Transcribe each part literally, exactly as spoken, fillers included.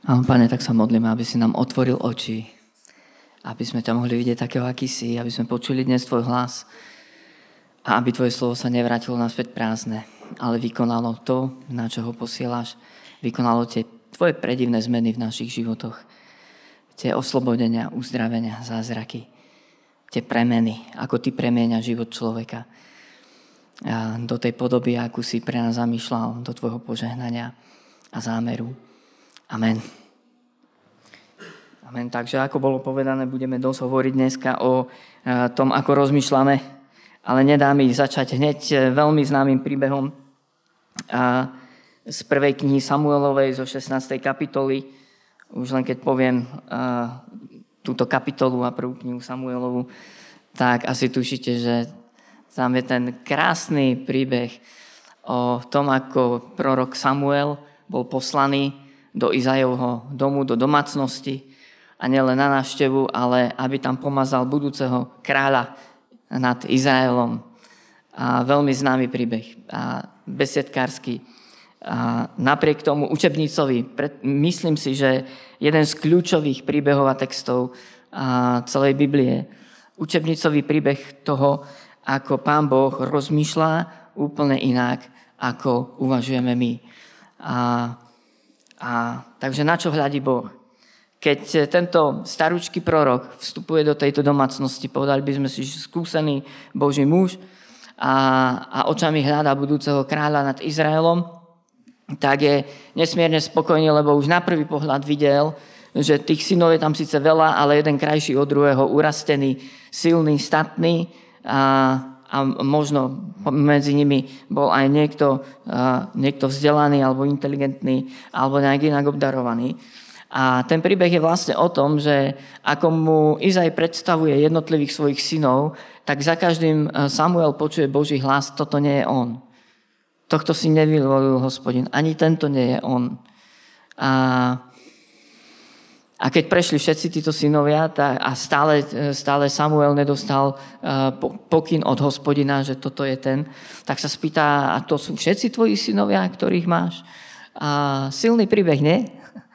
Áno, Pane, tak sa modlíme, aby si nám otvoril oči, aby sme ťa mohli vidieť takého, aký si, aby sme počuli dnes tvoj hlas a aby tvoje slovo sa nevrátilo naspäť prázdne, ale vykonalo to, na čo ho posielaš, vykonalo tie tvoje predivné zmeny v našich životoch, tie oslobodenia, uzdravenia, zázraky, tie premeny, ako ty premieňaš život človeka a do tej podoby, akú si pre nás zamýšľal, do tvojho požehnania a zámeru. Amen. Amen. Takže ako bolo povedané, budeme dosť hovoriť dneska o tom, ako rozmýšľame, ale nedá mi začať hneď veľmi známym príbehom z prvej knihy Samuelovej zo šestnástej kapitoly. Už len keď poviem túto kapitolu a prvú knihu Samuelovu, tak asi tušíte, že tam je ten krásny príbeh o tom, ako prorok Samuel bol poslaný do Izajovho domu, do domácnosti a nielen na návštevu, ale aby tam pomazal budúceho kráľa nad Izraelom. A veľmi známy príbeh a besiedkársky. A napriek tomu učebnicový, myslím si, že jeden z kľúčových príbehov a textov a celej Biblie, učebnicový príbeh toho, ako Pán Boh rozmýšľa úplne inak, ako uvažujeme my. A, a, takže na čo hľadí Boh? Keď tento starúčky prorok vstupuje do tejto domácnosti, povedali by sme si, že skúsený Boží muž a, a očami hľadá budúceho kráľa nad Izraelom, tak je nesmierne spokojný, lebo už na prvý pohľad videl, že tých synov je tam síce veľa, ale jeden krajší od druhého, urastený, silný, statný a, a možno medzi nimi bol aj niekto, a, niekto vzdelaný alebo inteligentný alebo nejak inak obdarovaný. A ten príbeh je vlastne o tom, že ako mu Izaj predstavuje jednotlivých svojich synov, tak za každým Samuel počuje Boží hlas, toto nie je on. Tohto si nevyvolil Hospodin. Ani tento nie je on. A, a keď prešli všetci títo synovia tá, a stále, stále Samuel nedostal uh, pokyn od Hospodina, že toto je ten, tak sa spýta, a to sú všetci tvoji synovia, ktorých máš? A silný príbeh, nie?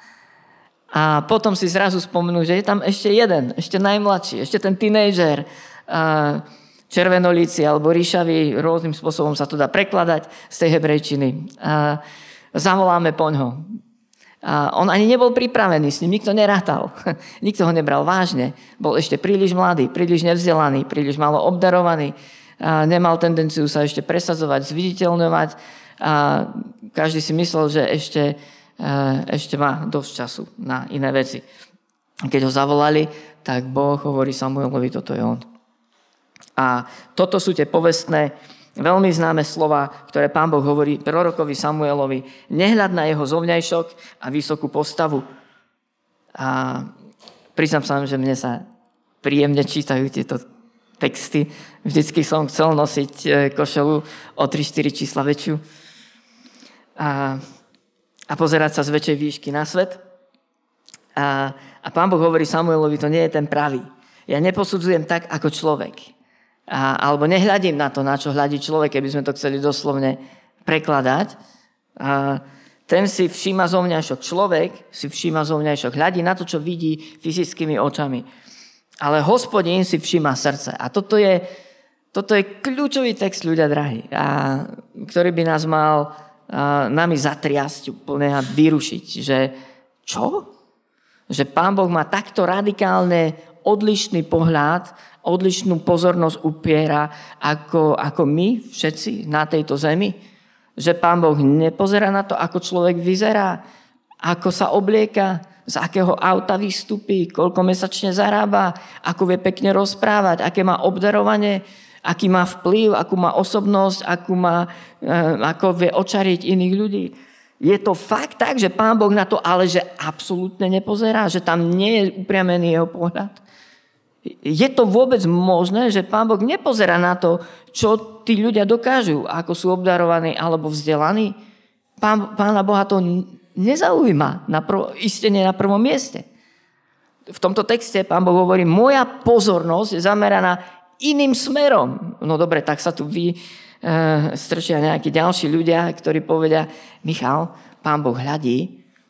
A potom si zrazu spomenú, že je tam ešte jeden, ešte najmladší, ešte ten tínedžer, uh, červenolíci alebo ríšavý, rôznym spôsobom sa to dá prekladať z tej hebrejčiny. A zavoláme poňho. A on ani nebol pripravený, s ním nikto nerátal. Nikto ho nebral vážne. Bol ešte príliš mladý, príliš nevzdelaný, príliš malo obdarovaný. A nemal tendenciu sa ešte presadzovať, zviditeľňovať. A každý si myslel, že ešte, ešte má dosť času na iné veci. Keď ho zavolali, tak Boh hovorí Samuelovi, toto je on. A toto sú tie povestné, veľmi známe slova, ktoré Pán Boh hovorí prorokovi Samuelovi. Nehľad na jeho zovňajšok a vysokú postavu. A priznám sa, že mne sa príjemne čítajú tieto texty. Vždycky som chcel nosiť košelu o tri štyri čísla väčšiu. A, a pozerať sa z väčšej výšky na svet. A, a Pán Boh hovorí Samuelovi, to nie je ten pravý. Ja neposudzujem tak, ako človek. A, alebo nehľadím na to, na čo hľadí človek, keby sme to chceli doslovne prekladať. A ten si všíma zovňajšok. Človek si všíma zovňajšok. Hľadí na to, čo vidí fyzickými očami. Ale Hospodin si všíma srdce. A toto je, toto je kľúčový text, ľudia drahí, a, ktorý by nás mal a, nami zatriasť úplne a vyrušiť. Že čo? Že Pán Boh má takto radikálne odlišný pohľad, odlišnú pozornosť upiera ako, ako my všetci na tejto zemi. Že Pán Boh nepozerá na to, ako človek vyzerá, ako sa oblieka, z akého auta vystupí, koľko mesačne zarába, ako vie pekne rozprávať, aké má obdarovanie, aký má vplyv, akú má osobnosť, akú má, ako vie očariť iných ľudí. Je to fakt tak, že Pán Boh na to ale že absolútne nepozerá, že tam nie je upriamený jeho pohľad? Je to vôbec možné, že Pán Boh nepozerá na to, čo tí ľudia dokážu, ako sú obdarovaní alebo vzdelaní? Pán, Pána Boha to nezaujíma, na prv, iste nie na prvom mieste. V tomto texte Pán Boh hovorí, moja pozornosť je zameraná iným smerom. No dobre, tak sa tu vy e, strčia nejakí ďalší ľudia, ktorí povedia, Michal, Pán Boh hľadí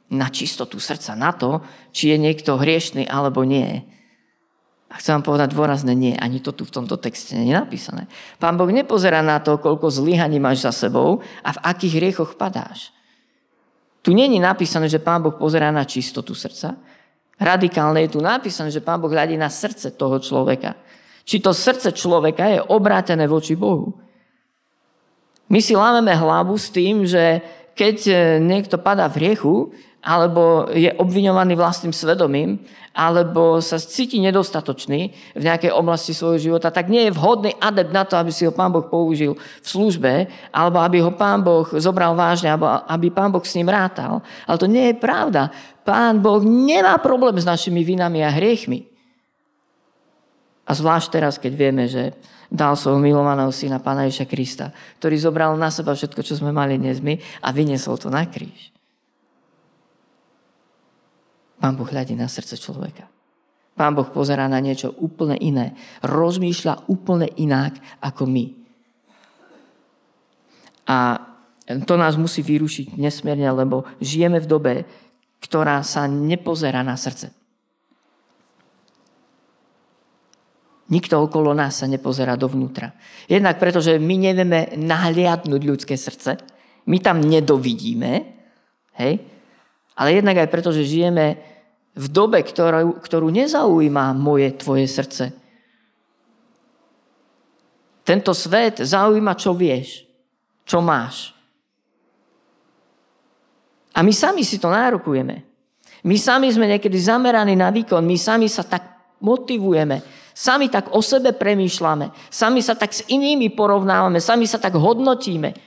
na čistotu srdca, na to, či je niekto hriešný alebo nie. A chcem vám povedať dôrazne nie, ani to tu v tomto texte nie je napísané. Pán Boh nepozerá na to, koľko zlyhaní máš za sebou a v akých hriechoch padáš. Tu nie je napísané, že Pán Boh pozerá na čistotu srdca. Radikálne je tu napísané, že Pán Boh hľadí na srdce toho človeka. Či to srdce človeka je obrátené voči Bohu. My si lámeme hlavu s tým, že keď niekto padá v hriechu, alebo je obviňovaný vlastným svedomím, alebo sa cíti nedostatočný v nejakej oblasti svojho života, tak nie je vhodný adept na to, aby si ho Pán Boh použil v službe, alebo aby ho Pán Boh zobral vážne, alebo aby Pán Boh s ním rátal. Ale to nie je pravda. Pán Boh nemá problém s našimi vinami a hriechmi. A zvlášť teraz, keď vieme, že dal svojho milovaného syna Pána Ježiša Krista, ktorý zobral na seba všetko, čo sme mali dnes my a vyniesol to na kríž. Pán Boh hľadí na srdce človeka. Pán Boh pozerá na niečo úplne iné. Rozmýšľa úplne inak ako my. A to nás musí vyrušiť nesmierne, lebo žijeme v dobe, ktorá sa nepozerá na srdce. Nikto okolo nás sa nepozerá dovnútra. Jednak preto, že my nevieme nahliadnúť ľudské srdce. My tam nedovidíme. Hej? Ale jednak aj preto, že žijeme v dobe, ktorú, ktorú nezaujíma moje, tvoje srdce. Tento svet zaujíma, čo vieš, čo máš. A my sami si to nárokujeme. My sami sme niekedy zameraní na výkon, my sami sa tak motivujeme, sami tak o sebe premýšľame, sami sa tak s inými porovnávame, sami sa tak hodnotíme.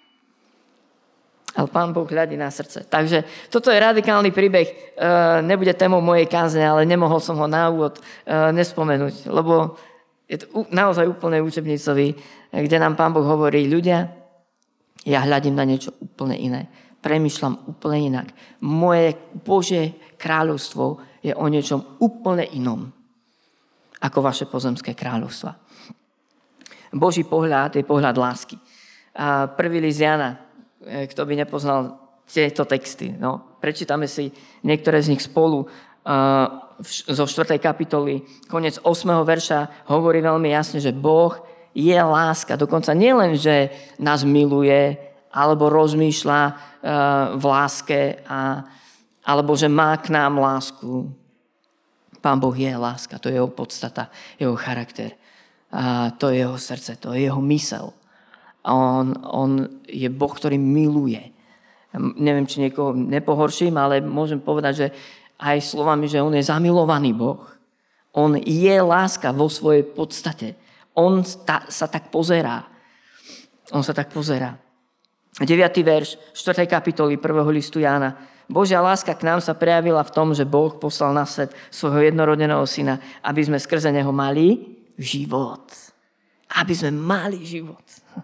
Ale Pán Boh hľadí na srdce. Takže toto je radikálny príbeh. E, nebude témou mojej kázne, ale nemohol som ho na úvod e, nespomenúť, lebo je to naozaj úplne učebnicový, kde nám Pán Boh hovorí, ľudia, ja hľadím na niečo úplne iné. Premýšľam úplne inak. Moje Božie kráľovstvo je o niečom úplne inom ako vaše pozemské kráľovstva. Boží pohľad je pohľad lásky. A prvý list Jana, kto by nepoznal tieto texty. No, prečítame si niektoré z nich spolu. Uh, zo štvrtej kapitoly, koniec ôsmeho verša hovorí veľmi jasne, že Boh je láska. Dokonca nielen, že nás miluje, alebo rozmýšľa uh, v láske, a, alebo že má k nám lásku. Pán Boh je láska, to je jeho podstata, jeho charakter. A to je jeho srdce, to je jeho mysel. On, on je Boh, ktorý miluje. Neviem, či niekoho nepohorším, ale môžem povedať, že aj slovami, že on je zamilovaný Boh. On je láska vo svojej podstate. On ta, sa tak pozerá. On sa tak pozerá. deviaty verš štvrtej kapitoly prvého listu Jána. Božia láska k nám sa prejavila v tom, že Boh poslal na svet svojho jednorodeného syna, aby sme skrze neho mali život. Aby sme mali život.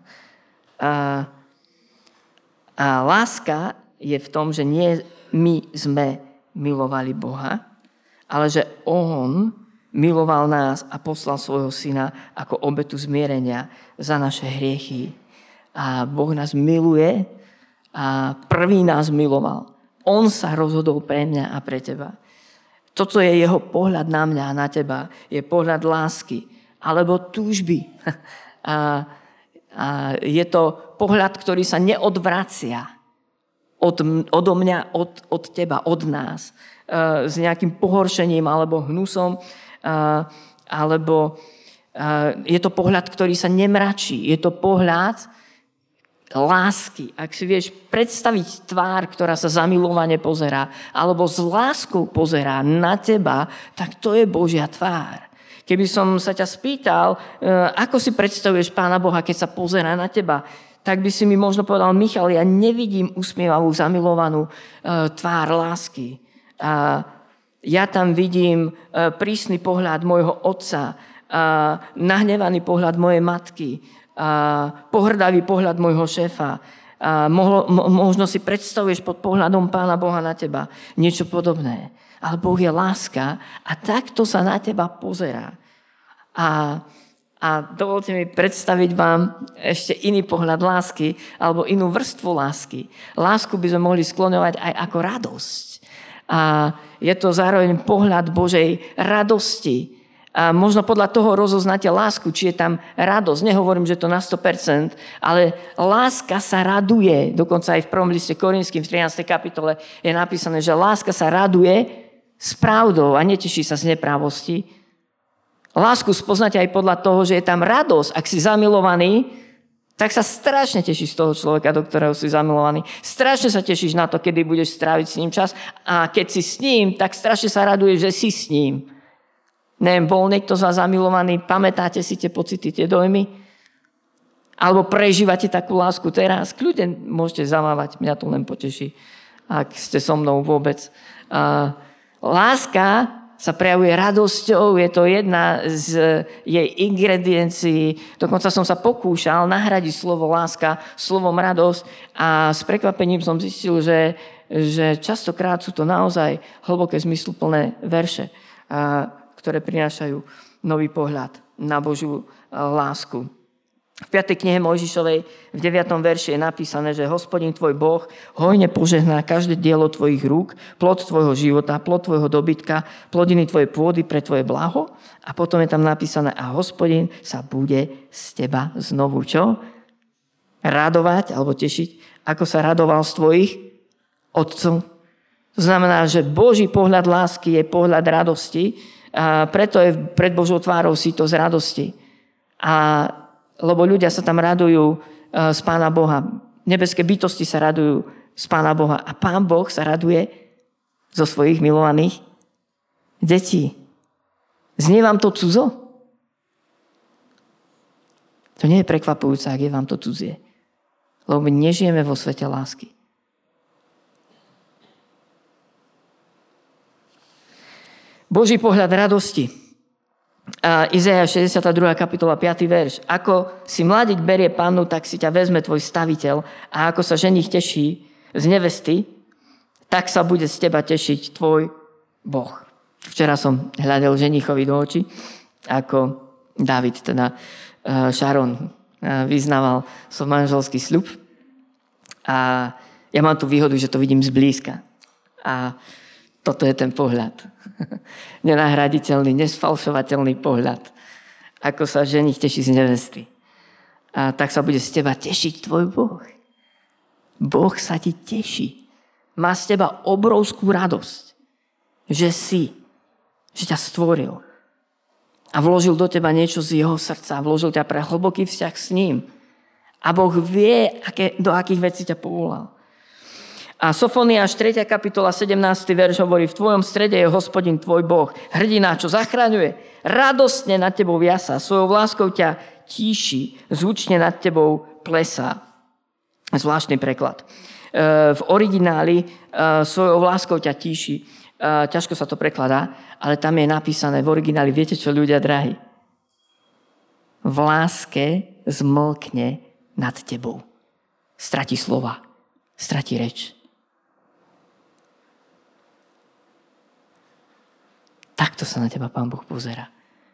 A, a láska je v tom, že nie my sme milovali Boha, ale že on miloval nás a poslal svojho syna ako obetu zmierenia za naše hriechy. A Boh nás miluje a prvý nás miloval. On sa rozhodol pre mňa a pre teba. Toto je jeho pohľad na mňa a na teba. Je pohľad lásky alebo túžby. A A je to pohľad, ktorý sa neodvracia od, odo mňa, od, od teba, od nás. Uh, s nejakým pohoršením alebo hnusom. Uh, alebo uh, je to pohľad, ktorý sa nemračí. Je to pohľad lásky. Ak si vieš predstaviť tvár, ktorá sa zamilovane pozerá, alebo s láskou pozerá na teba, tak to je Božia tvár. Keby som sa ťa spýtal, ako si predstavuješ Pána Boha, keď sa pozerá na teba, tak by si mi možno povedal, Michal, ja nevidím usmievavú, zamilovanú tvár lásky. A ja tam vidím prísny pohľad môjho otca, nahnevaný pohľad mojej matky, pohrdavý pohľad môjho šéfa. A mohlo, možno si predstavuješ pod pohľadom Pána Boha na teba niečo podobné. Ale Boh je láska a takto sa na teba pozerá. A, A dovolte mi predstaviť vám ešte iný pohľad lásky alebo inú vrstvu lásky. Lásku by sme mohli skloňovať aj ako radosť. A je to zároveň pohľad Božej radosti. A možno podľa toho rozoznáte lásku, či je tam radosť. Nehovorím, že to na sto percent, ale láska sa raduje. Dokonca aj v prvom liste Korinským v trinástej kapitole je napísané, že láska sa raduje s pravdou a neteší sa z neprávosti. Lásku spoznáte aj podľa toho, že je tam radosť. Ak si zamilovaný, tak sa strašne tešíš z toho človeka, do ktorého si zamilovaný. Strašne sa tešíš na to, kedy budeš stráviť s ním čas. A keď si s ním, tak strašne sa raduješ, že si s ním. Neviem, bol niekto z vás zamilovaný, pamätáte si tie pocity, tie dojmy? Alebo prežívate takú lásku teraz? Kľudne môžete zamávať, mňa to len poteší, ak ste so mnou vôbec. Uh, láska sa prejavuje radosťou, je to jedna z jej ingrediencií. Dokonca som sa pokúšal nahradiť slovo láska slovom radosť a s prekvapením som zistil, že, že častokrát sú to naozaj hlboké zmysluplné verše, a, ktoré prinášajú nový pohľad na Božiu lásku. V piatej knihe Mojžišovej v deviatom verši je napísané, že Hospodin tvoj Boh hojne požehná každé dielo tvojich rúk, plod tvojho života, plod tvojho dobytka, plodiny tvojej pôdy pre tvoje blaho. A potom je tam napísané, a Hospodin sa bude z teba znovu čo? Radovať alebo tešiť, ako sa radoval z tvojich otcov. To znamená, že Boží pohľad lásky je pohľad radosti, a preto je pred Božou tvárou si to z radosti. A lebo ľudia sa tam radujú z Pána Boha. Nebeské bytosti sa radujú z Pána Boha. A Pán Boh sa raduje zo svojich milovaných detí. Znie vám to cudzo? To nie je prekvapujúce, ak je vám to cudzie. Lebo my nežijeme vo svete lásky. Boží pohľad radosti. Izaiáš šesťdesiata druhá kapitola piaty verš. Ako si mladík berie pannu, tak si ťa vezme tvoj staviteľ, a ako sa ženích teší z nevesty, tak sa bude z teba tešiť tvoj Boh. Včera som hľadal ženichovi do očí, ako Dávid, teda Šaron, vyznával som manželský sľub. A ja mám tú výhodu, že to vidím zblízka. A toto je ten pohľad. Nenahraditeľný, nesfalšovateľný pohľad. Ako sa ženích teší z nevesty. A tak sa bude z teba tešiť tvoj Boh. Boh sa ti teší. Má z teba obrovskú radosť, že si, že ťa stvoril. A vložil do teba niečo z jeho srdca. Vložil ťa pre hlboký vzťah s ním. A Boh vie, aké, do akých vecí ťa povolal. A Sofoniáš tretia kapitola sedemnásty verš hovorí, v tvojom strede je Hospodin tvoj Boh, hrdina, čo zachraňuje. Radostne nad tebou jasá, svojou láskou ťa tíši, zvučne nad tebou plesá. Zvláštny preklad. V origináli svojou láskou ťa tíši. Ťažko sa to prekladá, ale tam je napísané v origináli, viete čo, ľudia drahí? V láske zmlkne nad tebou. Stratí slova, stratí reč. Takto sa na teba Pán Boh pozerá.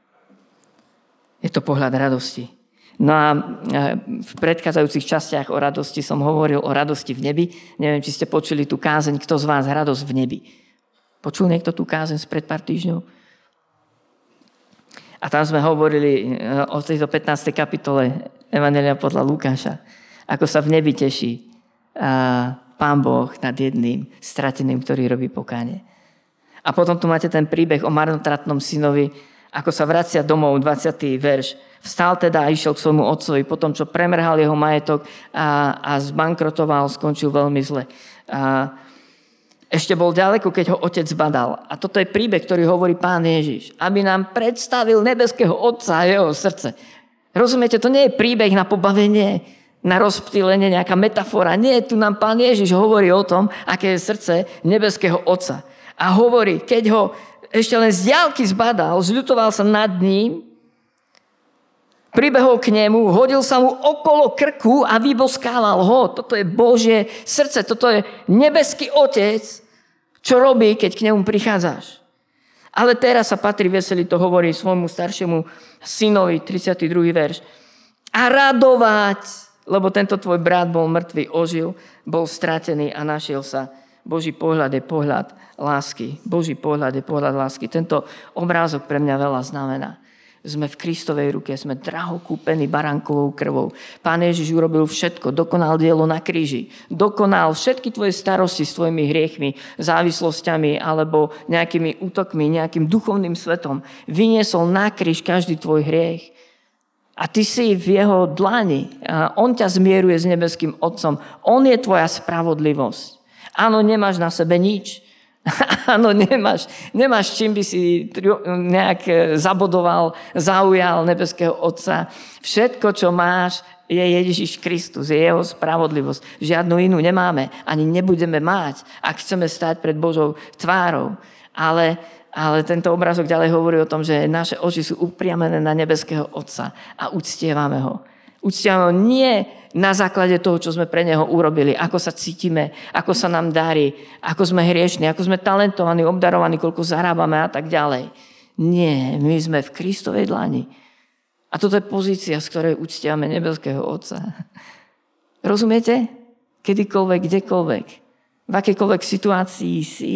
Je to pohľad radosti. No a v predchádzajúcich častiach o radosti som hovoril o radosti v nebi. Neviem, či ste počuli tú kázeň, kto z vás radosť v nebi. Počul niekto tú kázeň spred pár týždňov? A tam sme hovorili o tejto pätnástej kapitole Evanjelia podľa Lukáša. Ako sa v nebi teší Pán Boh nad jedným strateným, ktorý robí pokánie. A potom tu máte ten príbeh o marnotratnom synovi, ako sa vracia domov, dvadsiaty verš. Vstal teda a išiel k svojmu otcovi, potom čo premrhal jeho majetok a, a zbankrotoval, skončil veľmi zle. A ešte bol ďaleko, keď ho otec zbadal. A toto je príbeh, ktorý hovorí Pán Ježiš, aby nám predstavil nebeského otca a jeho srdce. Rozumiete, to nie je príbeh na pobavenie, na rozptýlenie, nejaká metafora. Nie, tu nám Pán Ježiš hovorí o tom, aké je srdce nebeského otca. A hovorí, keď ho ešte len z diaľky zbadal, zľutoval sa nad ním, pribehol k nemu, hodil sa mu okolo krku a vyboskával ho. Toto je Božie srdce, toto je nebeský otec, čo robí, keď k nemu prichádzaš. Ale teraz sa patrí veseliť, to hovorí svojmu staršiemu synovi, tridsiaty druhý verš. A radovať, lebo tento tvoj brat bol mŕtvý, ožil, bol stratený a našiel sa. Boží pohľad je pohľad lásky. Boží pohľad je pohľad lásky. Tento obrázok pre mňa veľa znamená. Sme v Kristovej ruke, sme draho kúpení baránkovou krvou. Pán Ježiš urobil všetko, dokonal dielo na kríži. Dokonal všetky tvoje starosti s tvojimi hriechmi, závislosťami alebo nejakými útokmi, nejakým duchovným svetom. Vyniesol na kríž každý tvoj hriech. A ty si v jeho dlani. A on ťa zmieruje s nebeským Otcom. On je tvoja spravodlivosť. Áno, nemáš na sebe nič. Áno, nemáš, nemáš čím by si nejak zabodoval, zaujal nebeského Otca. Všetko, čo máš, je Ježiš Kristus, je jeho spravodlivosť. Žiadnu inú nemáme, ani nebudeme mať, ak chceme stať pred Božou tvárou. Ale Ale tento obrázok ďalej hovorí o tom, že naše oči sú upriamené na nebeského Otca a uctievame ho. Uctievame ho nie na základe toho, čo sme pre neho urobili, ako sa cítime, ako sa nám darí, ako sme hriešni, ako sme talentovaní, obdarovaní, koľko zarábame a tak ďalej. Nie, my sme v Kristovej dlani. A toto je pozícia, z ktorej uctievame nebeského Otca. Rozumiete? Kedykoľvek, kdekoľvek, v akejkoľvek situácii si,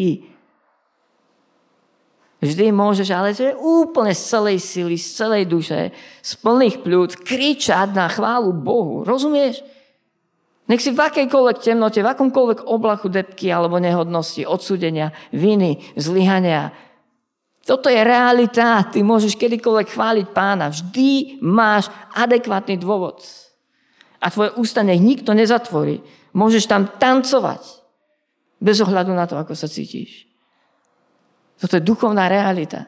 vždy môžeš, ale že úplne z celej sily, z celej duše, z plných pľúc, kričať na chválu Bohu. Rozumieš? Nech si v akejkoľvek temnote, v akomkoľvek oblachu depky alebo nehodnosti, odsúdenia, viny, zlyhania. Toto je realita. Ty môžeš kedykoľvek chváliť Pána. Vždy máš adekvátny dôvod. A tvoje ústa nech nikto nezatvorí. Môžeš tam tancovať. Bez ohľadu na to, ako sa cítiš. Toto je duchovná realita.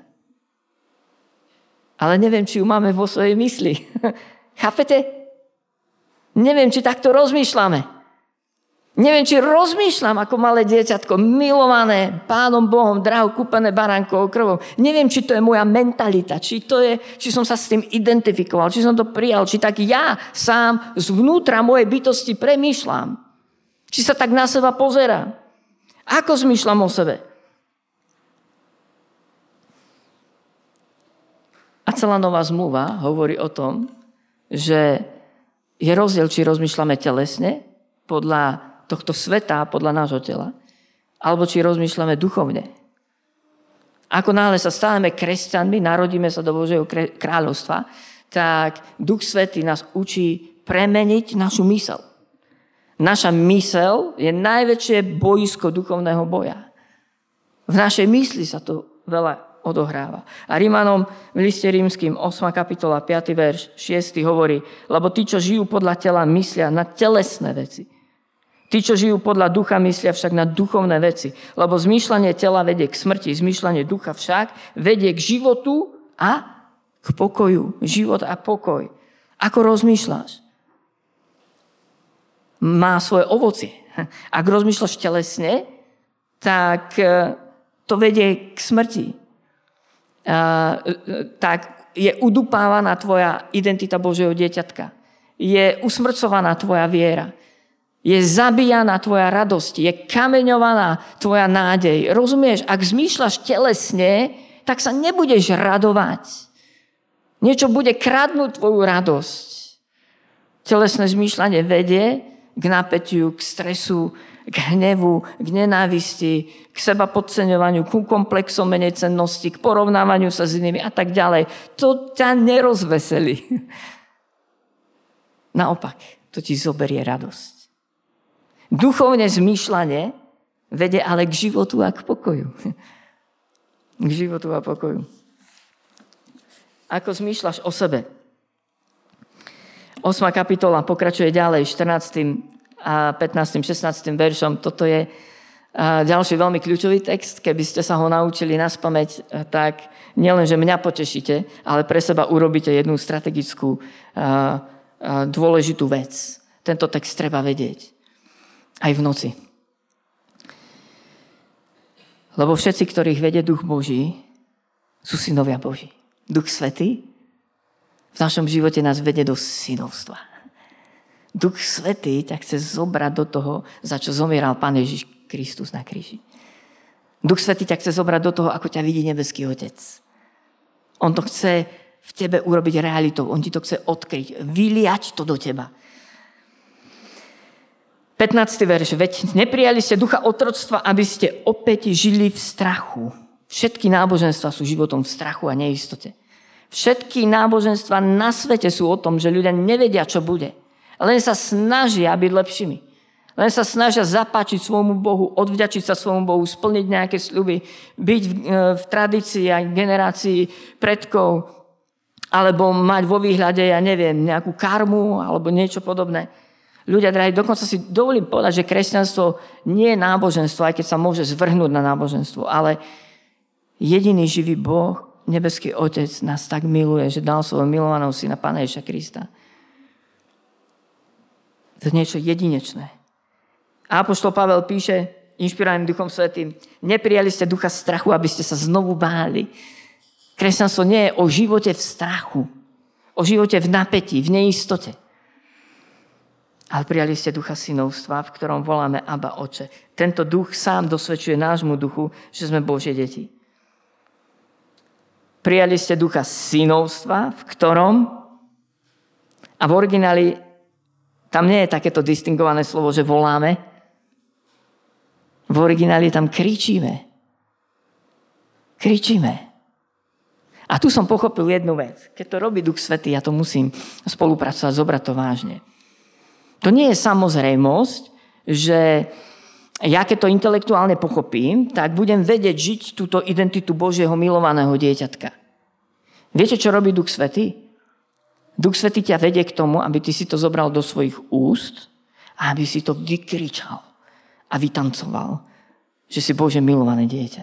Ale neviem, či ju máme vo svojej mysli. Chápete? Neviem, či takto rozmýšľame. Neviem, či rozmýšľam ako malé dieťatko, milované Pánom Bohom, draho kúpené baránkovou krvou. Neviem, či to je moja mentalita, či, to je, či som sa s tým identifikoval, či som to prijal, či tak ja sám zvnútra mojej bytosti premýšľam. Či sa tak na seba pozerám. Ako zmýšľam o sebe? A celá nová zmluva hovorí o tom, že je rozdiel, či rozmýšľame telesne podľa tohto sveta, podľa nášho tela, alebo či rozmýšľame duchovne. Ako náhle sa stávame kresťanmi, narodíme sa do Božieho kráľovstva, tak Duch Svätý nás učí premeniť našu myseľ. Naša myseľ je najväčšie bojisko duchovného boja. V našej mysli sa to veľa odohráva. A Rímanom v liste rímskym ôsma kapitola piaty verš šiesty hovorí, lebo tí, čo žijú podľa tela, myslia na telesné veci. Tí, čo žijú podľa ducha, myslia však na duchovné veci. Lebo zmýšľanie tela vedie k smrti, zmýšľanie ducha však vedie k životu a k pokoju. Život a pokoj. Ako rozmýšľaš? Má svoje ovocie. Ak rozmýšľaš telesne, tak to vedie k smrti. Uh, tak je udupávaná tvoja identita Božieho dieťatka. Je usmrcovaná tvoja viera. Je zabíjaná tvoja radosť. Je kameňovaná tvoja nádej. Rozumieš? Ak zmýšľaš telesne, tak sa nebudeš radovať. Niečo bude kradnúť tvoju radosť. Telesné zmýšľanie vedie k napätiu, k stresu, k hnevu, k nenávisti, k seba podceňovaniu, ku komplexom menej cennosti, k porovnávaniu sa s inými a tak ďalej. To ťa nerozveselí. Naopak, to ti zoberie radosť. Duchovné zmýšľanie vedie ale k životu a k pokoju. K životu a pokoju. Ako zmýšľaš o sebe? ôsma kapitola pokračuje ďalej, štrnástym a pätnástym, šestnástym veršom. Toto je ďalší veľmi kľúčový text. Keby ste sa ho naučili naspamäť, tak nielen, že mňa potešíte, ale pre seba urobíte jednu strategickú dôležitú vec. Tento text treba vedieť. Aj v noci. Lebo všetci, ktorých vedie Duch Boží, sú synovia Boží. Duch Svätý v našom živote nás vedie do synovstva. Duch Svätý ťa chce zobrať do toho, za čo zomieral Pán Ježiš Kristus na kríži. Duch Svätý ťa chce zobrať do toho, ako ťa vidí nebeský Otec. On to chce v tebe urobiť realitou. On ti to chce odkryť. Vyliať to do teba. pätnásty verš. Veď neprijali ste ducha otroctva, aby ste opäť žili v strachu. Všetky náboženstva sú životom v strachu a neistote. Všetky náboženstva na svete sú o tom, že ľudia nevedia, čo bude. Len sa snažia byť lepšími. Len sa snažia zapáčiť svojmu Bohu, odvďačiť sa svojmu Bohu, splniť nejaké sľuby, byť v, v tradícii a generácii predkov, alebo mať vo výhľade, ja neviem, nejakú karmu, alebo niečo podobné. Ľudia, drahí, dokonca si dovolím povedať, že kresťanstvo nie je náboženstvo, aj keď sa môže zvrhnúť na náboženstvo, ale jediný živý Boh, nebeský Otec, nás tak miluje, že dal svojho milovaného syna Pána Ježiša Krista. To je niečo jedinečné. A apoštol Pavel píše, inšpirovaným Duchom Svätým, neprijali ste ducha strachu, aby ste sa znovu báli. Kresťanstvo nie je o živote v strachu, o živote v napätí, v neistote. Ale prijali ste ducha synovstva, v ktorom voláme Abba, Oče. Tento duch sám dosvedčuje nášmu duchu, že sme Božie deti. Prijali ste ducha synovstva, v ktorom, a v origináli tam nie je takéto distingované slovo, že voláme. V origináli tam kričíme. Kričíme. A tu som pochopil jednu vec. Keď to robí Duch Svätý, ja to musím spolupracovať, zobrať to vážne. To nie je samozrejmosť, že ja keď to intelektuálne pochopím, tak budem vedieť žiť túto identitu Božieho milovaného dieťatka. Viete, čo robí Duch Svätý? Duch Svätý ťa vedie k tomu, aby ty si to zobral do svojich úst a aby si to vykričal a vytancoval, že si Bože milované dieťa.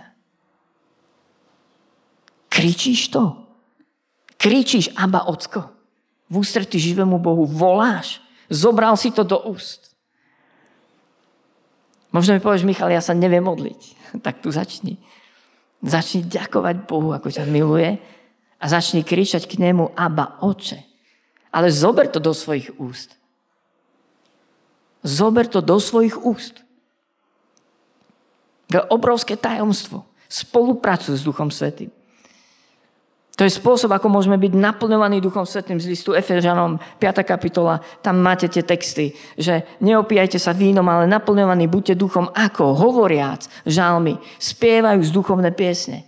Kričíš to? Kričíš Abba, Ocko? V ústretí živému Bohu voláš? Zobral si to do úst? Možno mi povieš, Michal, ja sa neviem modliť. Tak tu začni. Začni ďakovať Bohu, ako ťa miluje a začni kričať k nemu Abba, Oče. Ale zober to do svojich úst. Zober to do svojich úst. To je obrovské tajomstvo. Spolupracuj s Duchom Svätým. To je spôsob, ako môžeme byť naplňovaní Duchom Svätým z listu Efežanom, piata kapitola. Tam máte tie texty, že neopíjajte sa vínom, ale naplňovaní buďte duchom ako, hovoriac, žalmy, spievajú z duchovné piesne.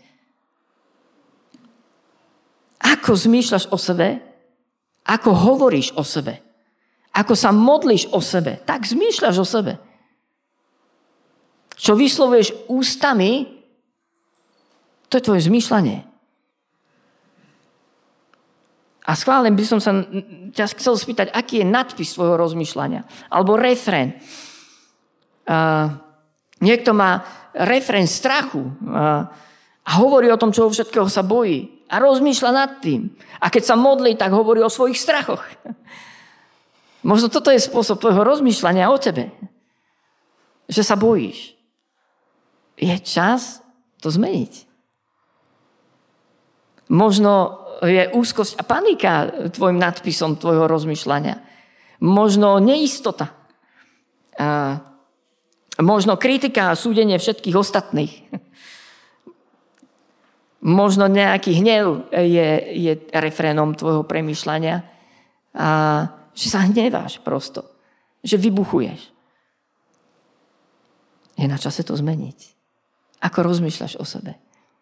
Ako zmýšľaš o sebe? Ako hovoríš o sebe? Ako sa modlíš o sebe? Tak zmýšľaš o sebe. Čo vyslovuješ ústami, to je tvoje zmýšľanie. A schválne by som sa ťa chcel spýtať, aký je nadpis svojho rozmýšľania. Alebo refrén. Uh, niekto má refrén strachu uh, a hovorí o tom, čo všetkého sa bojí. A rozmýšľa nad tým. A keď sa modlí, tak hovorí o svojich strachoch. Možno toto je spôsob tvojho rozmýšľania o tebe. Že sa bojíš. Je čas to zmeniť. Možno je úzkosť a panika tvojim nadpisom tvojho rozmýšľania. Možno neistota. A možno kritika a súdenie všetkých ostatných. Možno nejaký hnev je, je refrénom tvojho premýšľania. A že sa hneváš prosto. Že vybuchuješ. Je na čase to zmeniť. Ako rozmýšľaš o sebe.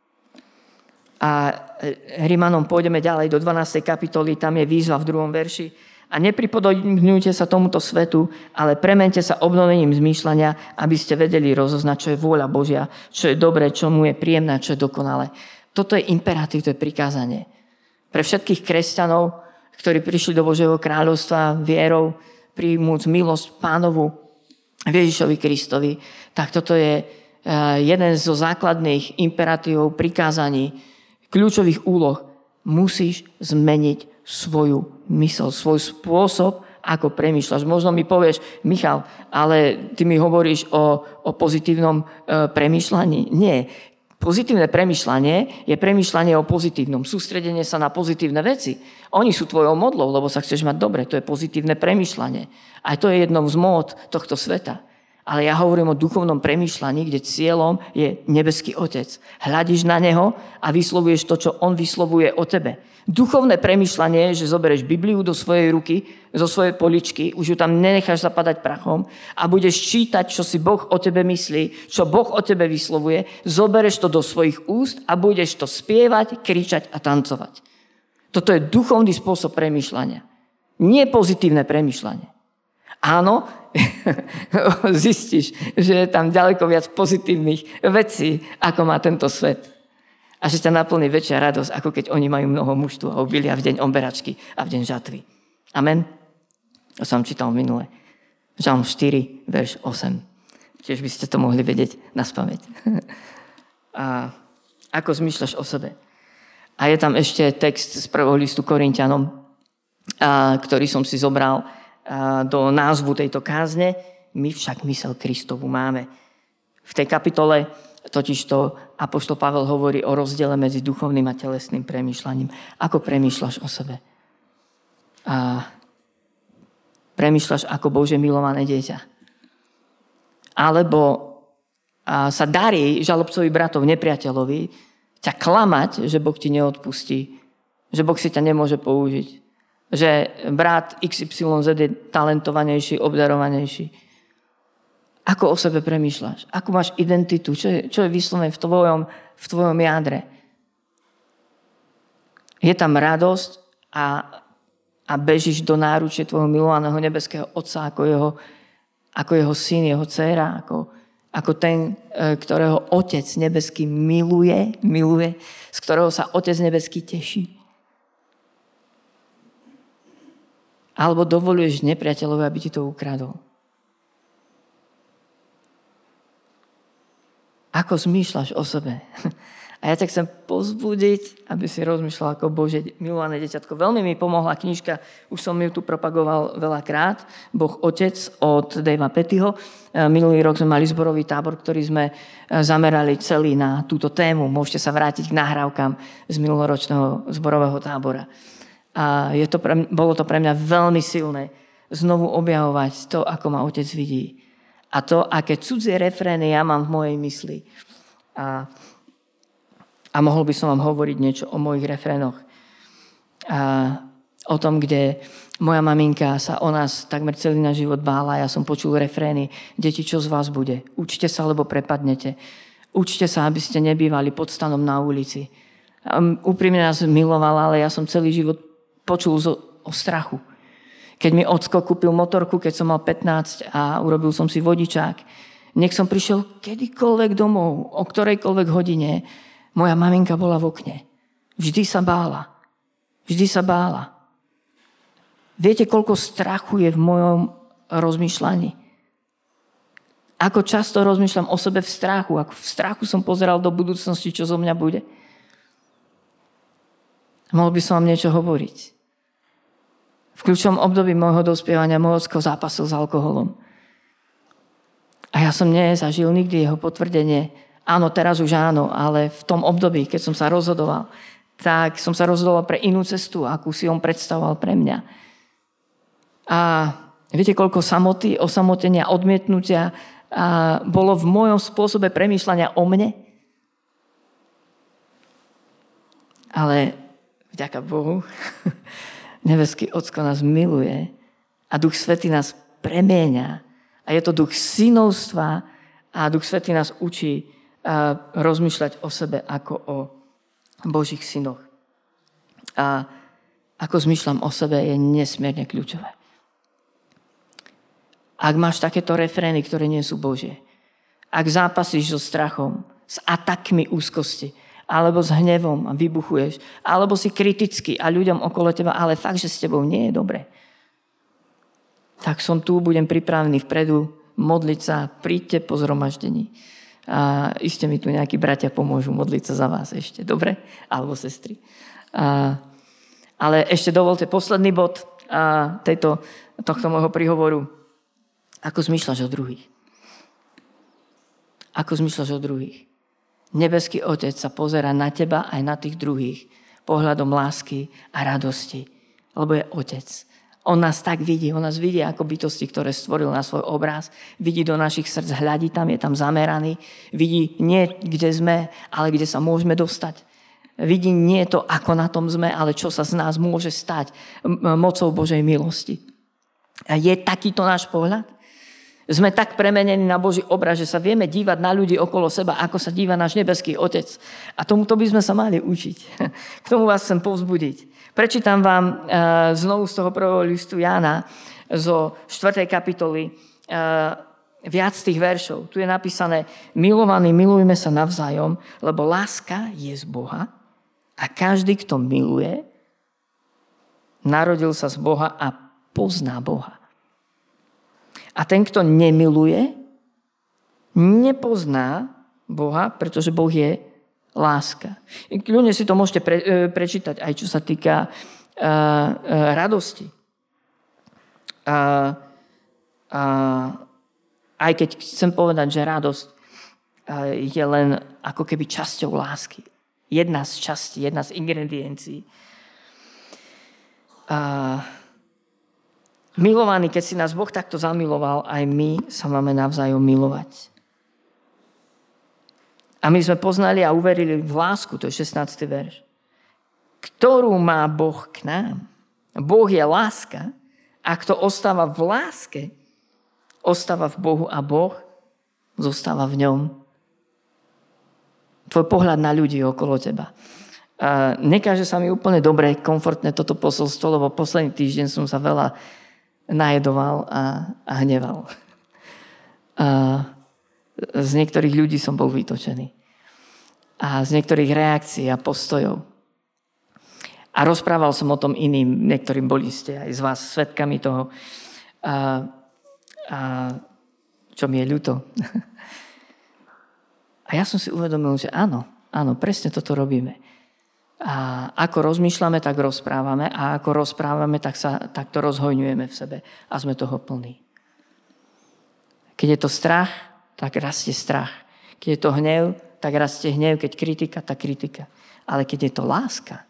A Rimanom pôjdeme ďalej do dvanástej kapitoly, tam je výzva v druhom verši. A nepripodobňujte sa tomuto svetu, ale premente sa obnovením zmýšľania, aby ste vedeli rozoznať, čo je vôľa Božia, čo je dobré, čo mu je príjemné, čo je dokonalé. Toto je imperatív, to je prikázanie. Pre všetkých kresťanov, ktorí prišli do Božieho kráľovstva vierou, príjmúc milosť Pánovu Ježišovi Kristovi, tak toto je jeden zo základných imperatívov, prikázaní, kľúčových úloh. Musíš zmeniť svoju mysl, svoj spôsob, ako premýšľaš. Možno mi povieš, Michal, ale ty mi hovoríš o, o pozitívnom e, premýšľaní. Nie. Pozitívne premýšľanie je premýšľanie o pozitívnom. Sústredenie sa na pozitívne veci. Oni sú tvojou modlou, lebo sa chceš mať dobre. To je pozitívne premýšľanie. A to je jednou z mód tohto sveta. Ale ja hovorím o duchovnom premýšľaní, kde cieľom je nebeský Otec. Hľadíš na neho a vyslovuješ to, čo on vyslovuje o tebe. Duchovné premýšľanie je, že zoberieš Bibliu do svojej ruky, zo svojej poličky, už ju tam nenecháš zapadať prachom a budeš čítať, čo si Boh o tebe myslí, čo Boh o tebe vyslovuje, zoberieš to do svojich úst a budeš to spievať, kričať a tancovať. Toto je duchovný spôsob premýšľania. Nie pozitívne premýšľanie. Áno, zistíš, že je tam ďaleko viac pozitívnych vecí, ako má tento svet. A že ťa naplní väčšia radosť, ako keď oni majú mnoho mužstvu a obilia v deň omberačky a v deň žatvy. Amen. To som čítal minule. Žalm štyri, verš osem. Tiež by ste to mohli vedieť naspamäť. A ako zmýšľaš o sebe? A je tam ešte text z prvého listu Korinťanom, ktorý som si zobral do názvu tejto kázne. My však mysel Kristovu máme. V tej kapitole totižto apoštol Pavel hovorí o rozdiele medzi duchovným a telesným premýšľaním. Ako premýšľaš o sebe? A premýšľaš ako Bože milované dieťa? Alebo a sa darí žalobcovi bratov, nepriateľovi, ťa klamať, že Boh ti neodpustí, že Boh si ťa nemôže použiť, že brat iks ypsilon zet je talentovanejší, obdarovanejší. Ako o sebe premýšľaš? Ako máš identitu? Čo je, čo je vyslovené v tvojom, v tvojom jadre? Je tam radosť a, a bežíš do náručia tvojho milovaného nebeského Otca ako jeho, ako jeho syn, jeho dcéra, ako, ako ten, ktorého Otec nebeský miluje, miluje, z ktorého sa Otec nebeský teší. Alebo dovoluješ nepriateľovi, aby ti to ukradol. Ako zmýšľaš o sebe? A ja ťa chcem povzbudiť, aby si rozmýšľal ako Bože milované deťatko. Veľmi mi pomohla knižka, už som ju tu propagoval veľakrát, Boh Otec od Davea Pettyho. Minulý rok sme mali zborový tábor, ktorý sme zamerali celý na túto tému. Môžete sa vrátiť k nahrávkam z minuloročného zborového tábora. A je to pre, bolo to pre mňa veľmi silné znovu objavovať to, ako ma Otec vidí. A to, aké cudzie refrény ja mám v mojej mysli. A, a mohol by som vám hovoriť niečo o mojich refrénoch. A o tom, kde moja maminka sa o nás takmer celý náš život bála. Ja som počul refrény. Deti, čo z vás bude? Učte sa, lebo prepadnete. Učte sa, aby ste nebývali pod stanom na ulici. A úprimne nás milovala, ale ja som celý život počul o strachu. Keď mi ocko kúpil motorku, keď som mal pätnásť a urobil som si vodičák, nech som prišiel kedykoľvek domov, o ktorejkoľvek hodine, moja maminka bola v okne. Vždy sa bála. Vždy sa bála. Viete, koľko strachu je v mojom rozmýšľaní? Ako často rozmýšľam o sebe v strachu, ako v strachu som pozeral do budúcnosti, čo zo mňa bude. Mohol by som vám niečo hovoriť. V kľúčovom období môjho dospievania môj ocko zápasil s alkoholom. A ja som nezažil nikdy jeho potvrdenie. Áno, teraz už áno, ale v tom období, keď som sa rozhodoval, tak som sa rozhodoval pre inú cestu, akú si on predstavoval pre mňa. A viete, koľko samoty, osamotenia, odmietnutia a bolo v mojom spôsobe premýšľania o mne? Ale vďaka Bohu, nebeský Ocko nás miluje a Duch Svätý nás premieňa. A je to duch synovstva a Duch Svätý nás učí rozmýšľať o sebe ako o Božích synoch. A ako zmýšľam o sebe, je nesmierne kľúčové. Ak máš takéto refrény, ktoré nie sú Božie, ak zápasíš so strachom, s atakmi úzkosti, alebo s hnevom a vybuchuješ, alebo si kritický a ľuďom okolo teba, ale fakt, že s tebou nie je dobre, tak som tu, budem pripravený vpredu modliť sa, príďte po zhromaždení. A iste mi tu nejakí bratia pomôžu modliť sa za vás ešte, dobre? Alebo sestry. A, ale ešte dovolte posledný bod a, tejto, tohto môjho príhovoru. Ako zmýšľaš o druhých? Ako zmýšľaš o druhých? Nebeský Otec sa pozerá na teba aj na tých druhých pohľadom lásky a radosti. Lebo je Otec. On nás tak vidí, on nás vidí ako bytosti, ktoré stvoril na svoj obraz. Vidí do našich srdc, hľadí tam, je tam zameraný. Vidí nie, kde sme, ale kde sa môžeme dostať. Vidí nie to, ako na tom sme, ale čo sa z nás môže stať mocou Božej milosti. A je takýto náš pohľad? Sme tak premenení na Boží obraz, že sa vieme dívať na ľudí okolo seba, ako sa díva náš nebeský Otec. A tomuto by sme sa mali učiť. K tomu vás chcem povzbudiť. Prečítam vám znovu z toho prvého listu Jána zo štvrtej kapitoly viac tých veršov. Tu je napísané: milovaní, milujme sa navzájom, lebo láska je z Boha a každý, kto miluje, narodil sa z Boha a pozná Boha. A ten, kto nemiluje, nepozná Boha, pretože Boh je láska. Ľudia si to môžete pre, prečítať aj čo sa týka uh, uh, radosti. Uh, uh, aj keď chcem povedať, že radosť uh, je len ako keby časťou lásky. Jedna z častí, jedna z ingrediencií. Uh, milovaní, keď si nás Boh takto zamiloval, aj my sa máme navzájom milovať. A my sme poznali a uverili v lásku, to je šestnásty verš, ktorú má Boh k nám. Boh je láska a kto ostáva v láske, ostáva v Bohu a Boh zostáva v ňom. Tvoj pohľad na ľudí okolo teba. A nekáže sa mi úplne dobre, komfortné toto posolstvo, lebo posledný týždeň som sa veľa najedoval a, a hneval. A z niektorých ľudí som bol vytočený. A z niektorých reakcií a postojov. A rozprával som o tom iným, niektorým boli ste aj z vás svedkami toho. A, a čo mi je ľúto. A ja som si uvedomil, že áno, áno, presne toto robíme. A ako rozmýšľame, tak rozprávame. A ako rozprávame, tak, sa, tak to rozhojňujeme v sebe. A sme toho plní. Keď je to strach, tak rastie strach. Keď je to hnev, tak rastie hnev. Keď kritika, tak kritika. Ale keď je to láska,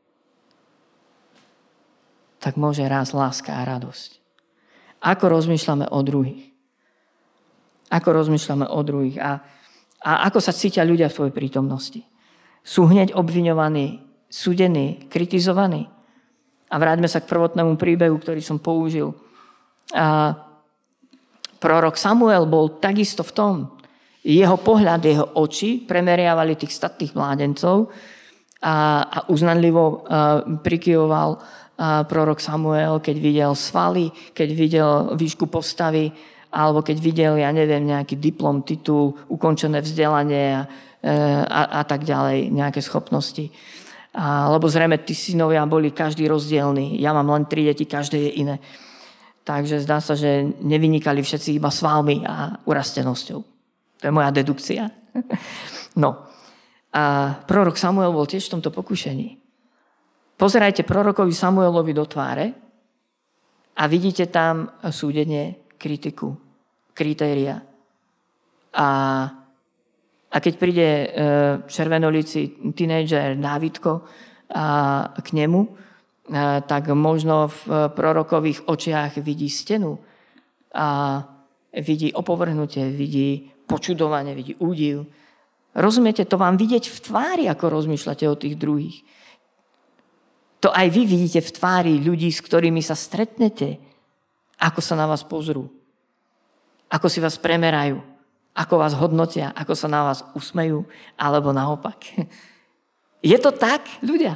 tak môže rásť láska a radosť. Ako rozmýšľame o druhých. Ako rozmýšľame o druhých. A, a ako sa cítia ľudia v tvojej prítomnosti. Sú hneď obviňovaní, súdení, kritizovaní. A vráťme sa k prvotnému príbehu, ktorý som použil. A prorok Samuel bol takisto v tom. Jeho pohľad, jeho oči premeriavali tých statných mládencov a, a uznanlivo prikyvoval a prorok Samuel, keď videl svaly, keď videl výšku postavy, alebo keď videl, ja neviem, nejaký diplom, titul, ukončené vzdelanie a, a, a tak ďalej, nejaké schopnosti. A, lebo zrejme tí synovia boli každý rozdielný. Ja mám len tri deti, každé je iné. Takže zdá sa, že nevynikali všetci iba svalmi a urastenosťou. To je moja dedukcia. No. A prorok Samuel bol tiež v tomto pokušení. Pozerajte prorokovi Samuelovi do tváre a vidíte tam súdenie, kritiku, kritéria. A, a keď príde e, červenolíci tínedžer Dávidko a, k nemu, a, tak možno v prorokových očiach vidí stenu a vidí opovrhnutie, vidí počudovanie, vidí údiv. Rozumiete, to vám vidieť v tvári, ako rozmýšľate o tých druhých. To aj vy vidíte v tvári ľudí, s ktorými sa stretnete, ako sa na vás pozrú, ako si vás premerajú, ako vás hodnotia, ako sa na vás usmejú, alebo naopak. Je to tak, ľudia?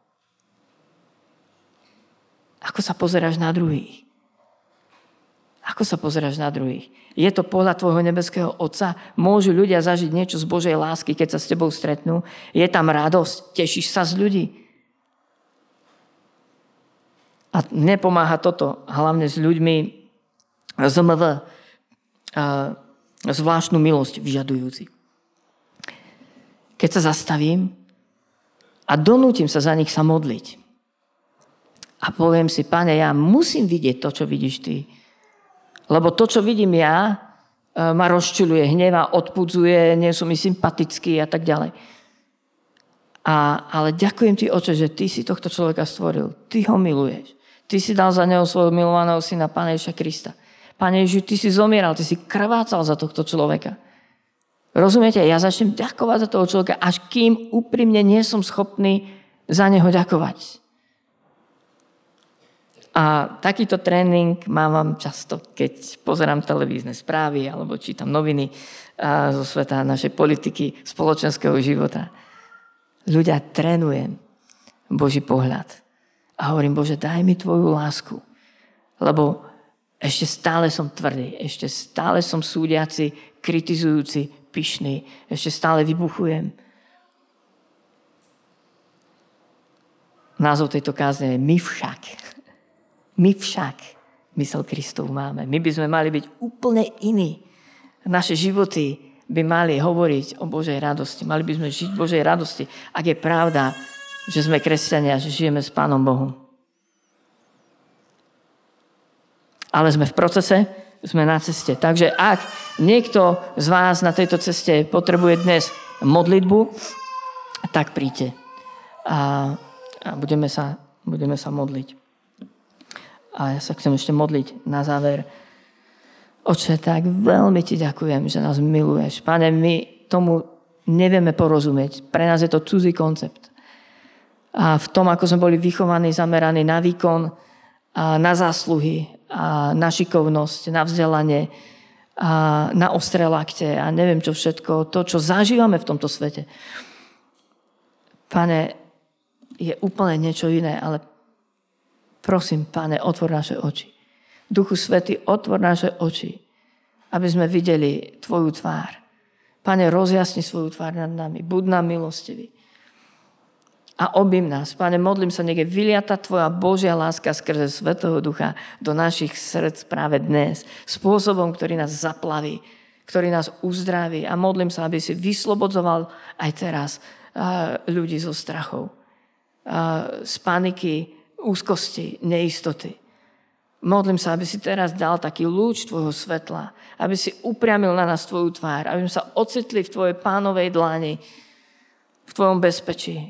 Ako sa pozeráš na druhých? Ako sa pozeráš na druhých? Je to pohľad tvojho nebeského Otca? Môžu ľudia zažiť niečo z Božej lásky, keď sa s tebou stretnú? Je tam radosť? Tešíš sa z ľudí? A nepomáha toto, hlavne s ľuďmi z em vé, zvláštnu milosť vyžadujúci. Keď sa zastavím a donútim sa za nich sa modliť a poviem si, Pane, ja musím vidieť to, čo vidíš ty. Lebo to, čo vidím ja, ma rozčuľuje, hneva, odpudzuje, nie sú mi sympatickí a tak ďalej. A, ale ďakujem ti, Oče, že ty si tohto človeka stvoril. Ty ho miluješ. Ty si dal za neho svojho milovaného syna, Pána Ježiša Krista. Pane Ježiš, ty si zomieral, ty si krvácal za tohto človeka. Rozumiete? Ja začnem ďakovať za toho človeka, až kým úprimne nie som schopný za neho ďakovať. A takýto tréning mávam často, keď pozerám televízne správy alebo čítam noviny zo sveta našej politiky, spoločenského života. Ľudia, trénujem Boží pohľad. A hovorím, Bože, daj mi tvoju lásku. Lebo ešte stále som tvrdý, ešte stále som súdiaci, kritizujúci, pyšný, ešte stále vybuchujem. Názov tejto kázne je My však. My však mysel Kristov máme. My by sme mali byť úplne iní. Naše životy by mali hovoriť o Božej radosti. Mali by sme žiť v Božej radosti, ak je pravda, že sme kresťania, že žijeme s Pánom Bohom. Ale sme v procese, sme na ceste. Takže ak niekto z vás na tejto ceste potrebuje dnes modlitbu, tak príďte. A, a budeme, sa, budeme sa modliť. A ja sa chcem ešte modliť na záver. Oče, tak veľmi ti ďakujem, že nás miluješ. Pane, my tomu nevieme porozumieť. Pre nás je to cudzí koncept. A v tom, ako sme boli vychovaní, zameraní na výkon, a na zásluhy, a na šikovnosť, na vzdelanie, a na ostré lakte a neviem čo všetko, to, čo zažívame v tomto svete. Pane, je úplne niečo iné, ale prosím, Pane, otvor naše oči. Duchu Svätý, otvor naše oči, aby sme videli tvoju tvár. Pane, rozjasni svoju tvár nad nami, buď nám milostivý. A objím nás. Pane, modlím sa, nech je vyliata tvoja Božia láska skrze Svätého Ducha do našich srdc práve dnes. Spôsobom, ktorý nás zaplaví, ktorý nás uzdraví. A modlím sa, aby si vyslobodzoval aj teraz ľudí zo strachov, z paniky, úzkosti, neistoty. Modlím sa, aby si teraz dal taký lúč tvojho svetla, aby si upriamil na nás tvoju tvár, aby sme sa ocitli v tvojej Pánovej dlani, v tvojom bezpečí,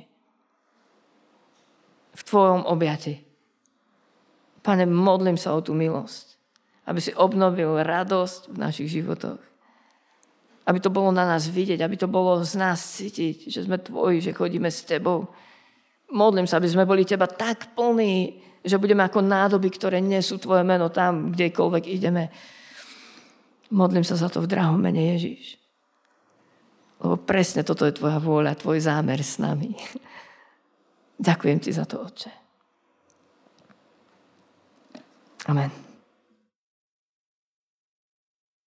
v tvojom objati. Pane, modlím sa o tú milosť, aby si obnovil radosť v našich životoch. Aby to bolo na nás vidieť, aby to bolo z nás cítiť, že sme tvoji, že chodíme s tebou. Modlím sa, aby sme boli teba tak plní, že budeme ako nádoby, ktoré nesú tvoje meno tam, kdekoľvek ideme. Modlím sa za to v drahom mene Ježíš. Lebo presne toto je tvoja vôľa, tvoj zámer s nami. Ďakujem ti za to, Otče. Amen.